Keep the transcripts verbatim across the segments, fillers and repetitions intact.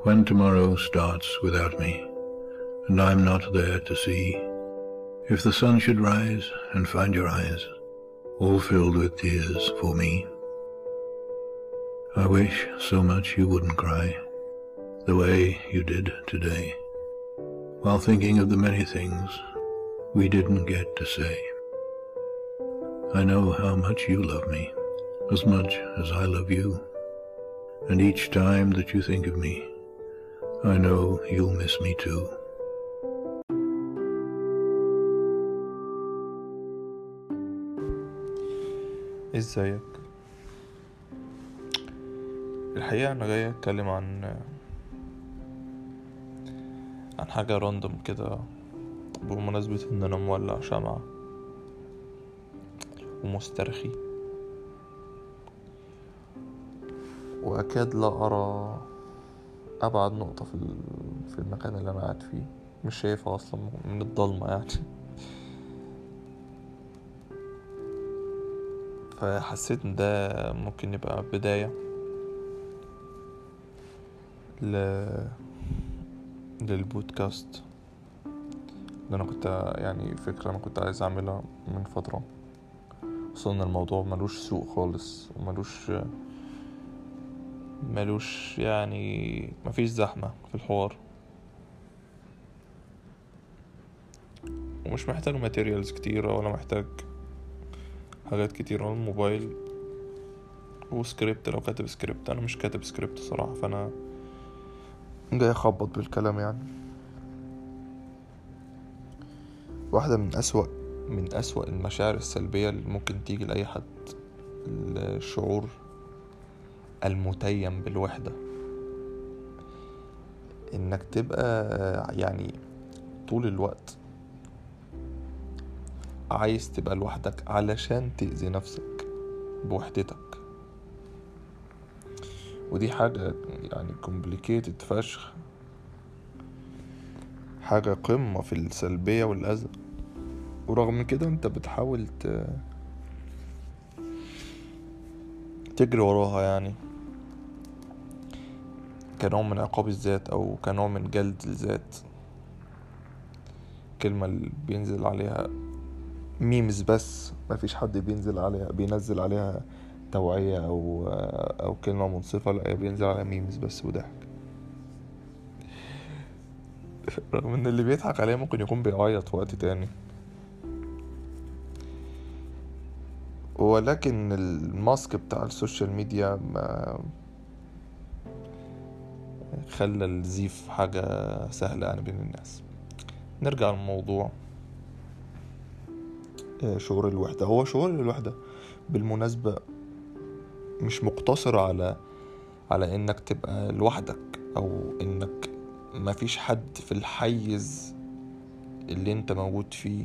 When tomorrow starts without me, and I'm not there to see, if the sun should rise and find your eyes all filled with tears for me, I wish so much you wouldn't cry the way you did today, while thinking of the many things we didn't get to say. I know how much you love me, as much as I love you, and each time that you think of me, I know you'll miss me too. ازيك؟ الحقيقة انا جاي اتكلم عن عن حاجة راندوم كده، بمناسبة ان انا مولع شمعة ومسترخي، واكاد لا ارى ابعد نقطة في في المكان اللي انا قاعد فيه، مش شايفها اصلا من الضلمة يعني. فحسيت ان ده ممكن يبقى بداية ل... للبودكاست اللي انا كنت يعني فكرة انا كنت عايز اعملها من فترة. وصلنا الموضوع ملوش سوق خالص، وملوش ملوش يعني مفيش زحمة في الحوار، ومش محتاج ماتيريالز كتيرة ولا محتاج حاجات كتيرة. الموبايل وسكريبت، لو كاتب سكريبت. انا مش كاتب سكريبت صراحة، فانا جاي اخبط بالكلام يعني. واحدة من اسوأ من اسوأ المشاعر السلبية اللي ممكن تيجي لأي حد، الشعور المتيم بالوحدة. انك تبقى يعني طول الوقت عايز تبقى لوحدك علشان تأذي نفسك بوحدتك. ودي حاجة يعني complicated فشخ، حاجة قمة في السلبية والأذى. ورغم من كده انت بتحاول ت... تجري وراها، يعني كنوع من عقاب الذات او كنوع من جلد الذات. كلمة اللي بينزل عليها ميمز، بس ما فيش حد بينزل عليها بينزل عليها توعية او او كلمة منصفة، لا بينزل عليها ميمز بس وضحك. رغم ان اللي بيضحك عليها ممكن يكون بيعيط في وقت تاني، ولكن الماسك بتاع السوشيال ميديا ما خلى الزيف حاجة سهلة يعني بين الناس. نرجع للموضوع. شعور الوحدة، هو شعور الوحدة بالمناسبة مش مقتصر على على انك تبقى لوحدك، او انك مفيش حد في الحيز اللي انت موجود فيه،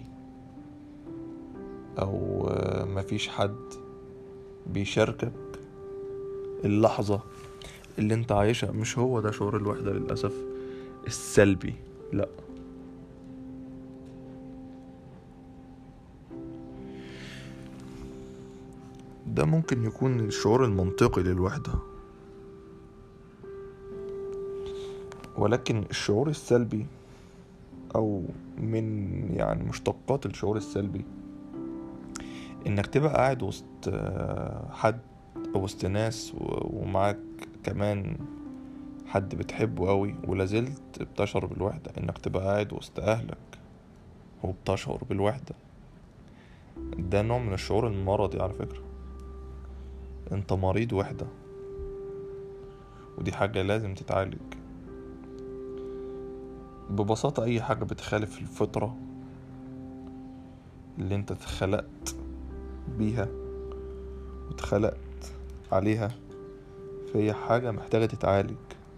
او مفيش حد بيشاركك اللحظة اللي انت عايشها. مش هو ده شعور الوحدة للأسف السلبي، لا. ده ممكن يكون الشعور المنطقي للوحدة، ولكن الشعور السلبي او من يعني مشتقات الشعور السلبي انك تبقى قاعد وسط حد او وسط ناس ومعاك كمان حد بتحبه قوي ولازلت بتشعر بالوحدة. انك تبقى قاعد وسط اهلك وبتشعر بالوحدة، ده نوع من الشعور المرضي على فكرة. انت مريض وحدة، ودي حاجة لازم تتعالج. ببساطة اي حاجة بتخالف الفطرة اللي انت اتخلقت بيها واتخلقت عليها، فهي حاجة محتاجة تتعالج.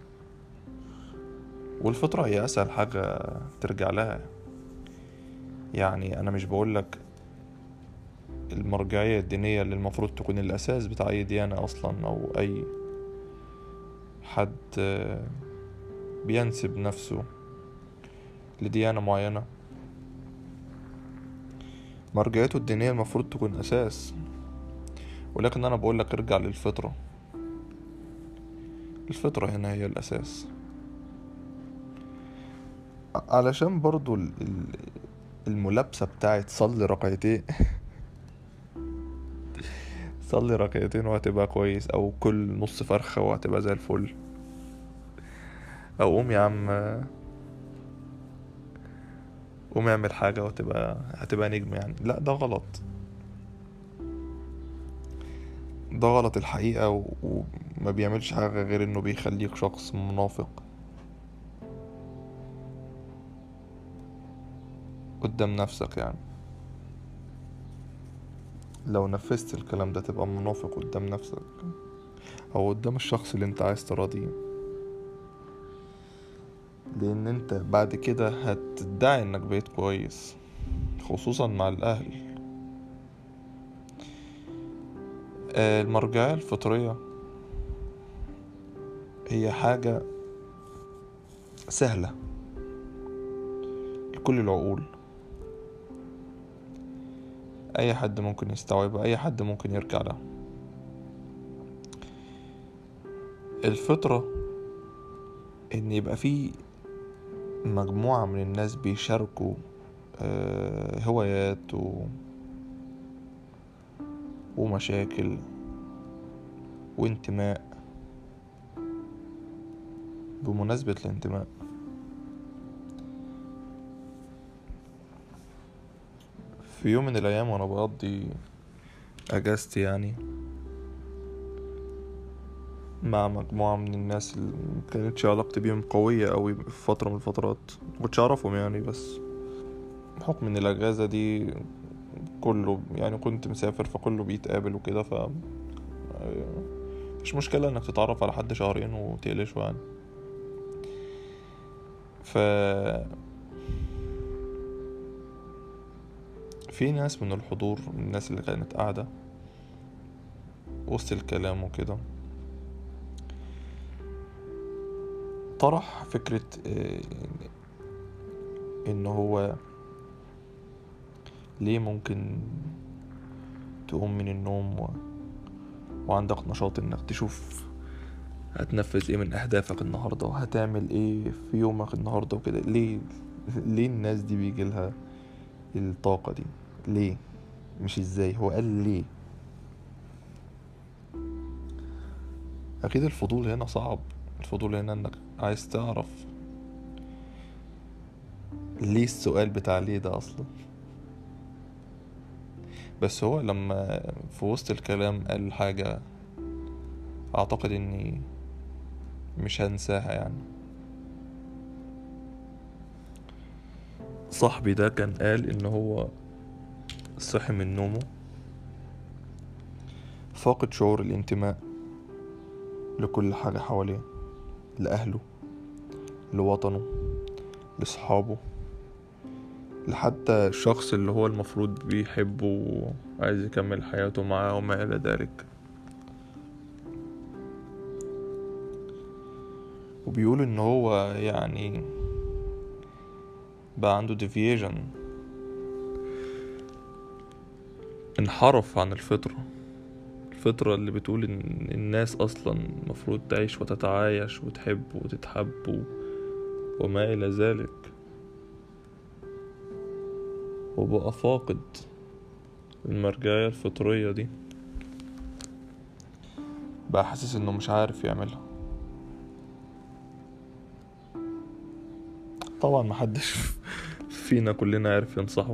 والفطرة هي اسهل حاجة ترجع لها. يعني انا مش بقولك المرجعية الدينية اللي المفروض تكون الاساس بتاع اي ديانة اصلا، او اي حد بينسب نفسه لديانة معينة، مرجعيته الدينية المفروض تكون اساس. ولكن انا بقولك ارجع للفطرة. الفطرة هنا هي الاساس. علشان برضو ال- ال- الملابسة بتاعت صلي ركعتين صلي ركعتين وهتبقى كويس، او كل نص فرخة وهتبقى زي الفل، او قوم يا عم قوم اعمل حاجة وهتبقى هتبقى نجم يعني. لا، ده غلط، ده غلط الحقيقة، و- وما بيعملش حاجة غير انه بيخليك شخص منافق قدام نفسك يعني. لو نفذت الكلام ده تبقى منافق قدام نفسك او قدام الشخص اللي انت عايز تراضيه، لان انت بعد كده هتدعي انك بقيت كويس، خصوصا مع الاهل. آه، المرجعية الفطرية هي حاجة سهلة لكل العقول، اي حد ممكن يستوعبها، اي حد ممكن يرجع لها. الفطرة ان يبقى في مجموعة من الناس بيشاركوا آه، هوايات و... ومشاكل وانتماء. بمناسبة الانتماء، في يوم من الأيام وأنا بقضي أجازتي يعني مع مجموعة من الناس اللي مكانتش علاقتي بيهم قوية أوي في فترة من الفترات، مكنتش أعرفهم يعني، بس بحكم إن الأجازة دي كله يعني كنت مسافر فكله بيتقابل وكده، ف مش مشكلة إنك تتعرف على حد شهرين وتقلشه يعني. ف في ناس من الحضور، من الناس اللي كانت قاعدة وسط الكلام وكده، طرح فكرة آه، إن هو ليه ممكن تقوم من النوم و... وعندك نشاط إنك تشوف هتنفذ ايه من أهدافك النهاردة وهتعمل ايه في يومك النهاردة وكده. ليه ليه الناس دي بيجيلها الطاقة دي؟ ليه؟ مش ازاي، هو قال ليه. أكيد الفضول هنا صعب، الفضول هنا إنك عايز تعرف ليه، السؤال بتاع ليه ده أصلا. بس هو لما في وسط الكلام قال حاجة أعتقد إني مش هنساها يعني. صاحبي ده كان قال إن هو صحي من نومه فاقد شعور الانتماء لكل حاجة حواليه، لأهله، لوطنه، لصحابه، لحتى الشخص اللي هو المفروض بيحبه وعايز يكمل حياته معاه وما إلى ذلك. وبيقول ان هو يعني بقى عنده deviation، انحرف عن الفطرة الفطرة اللي بتقول ان الناس اصلا مفروض تعيش وتتعايش وتحب وتتحب وما الى ذلك، وبقى فاقد المرجعية الفطرية دي، بقى حاسس انه مش عارف يعملها. طبعا محدش فينا كلنا عارف ينصحه،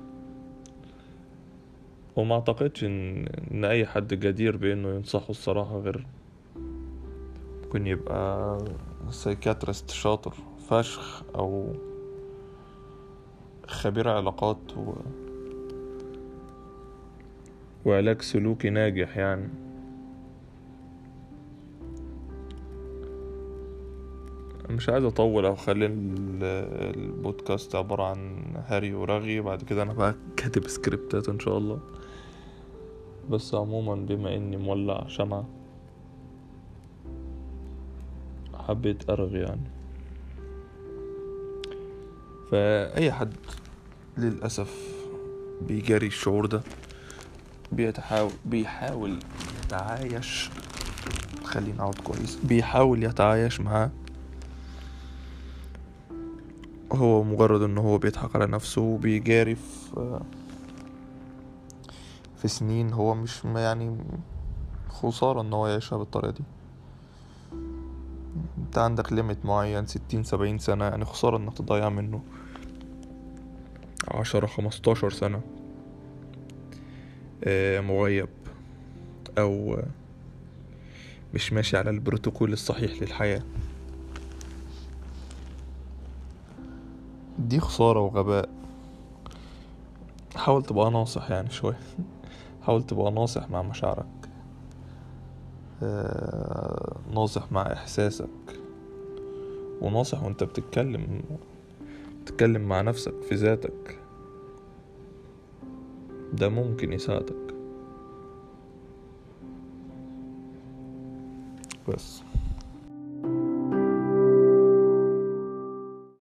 وما اعتقدش ان ان اي حد جدير بانه ينصحه الصراحة، غير ممكن يبقى سايكاتريست شاطر فشخ او خبير علاقات و... وعلاج سلوكي ناجح يعني. مش عايز اطول او اخلي ال- البودكاست عبارة عن هري ورغي، بعد كده انا بقى كاتب سكريبتات ان شاء الله. بس عموما بما اني مولع شمعة حبيت ارغي يعني. فاي حد للاسف بيجري الشعور ده بيتحاول بيحاول يتعايش، خلينا نعود كويس، بيحاول يتعايش معاه هو مجرد ان هو بيضحك على نفسه وبيجاري في في سنين هو مش يعني خسارة ان هو يعيشها بالطريقة دي. انت عندك ليميت معين ستين سبعين سنة، يعني خسارة انك تضيع منه عشرة خمستاشر سنة آه، مغيب او مش ماشي على البروتوكول الصحيح للحياة. دي خسارة وغباء. حاول تبقى ناصح يعني شوية. حاول تبقى ناصح مع مشاعرك، آه، ناصح مع احساسك، وناصح وانت بتتكلم تتكلم مع نفسك في ذاتك. ده ممكن يساعدك. بس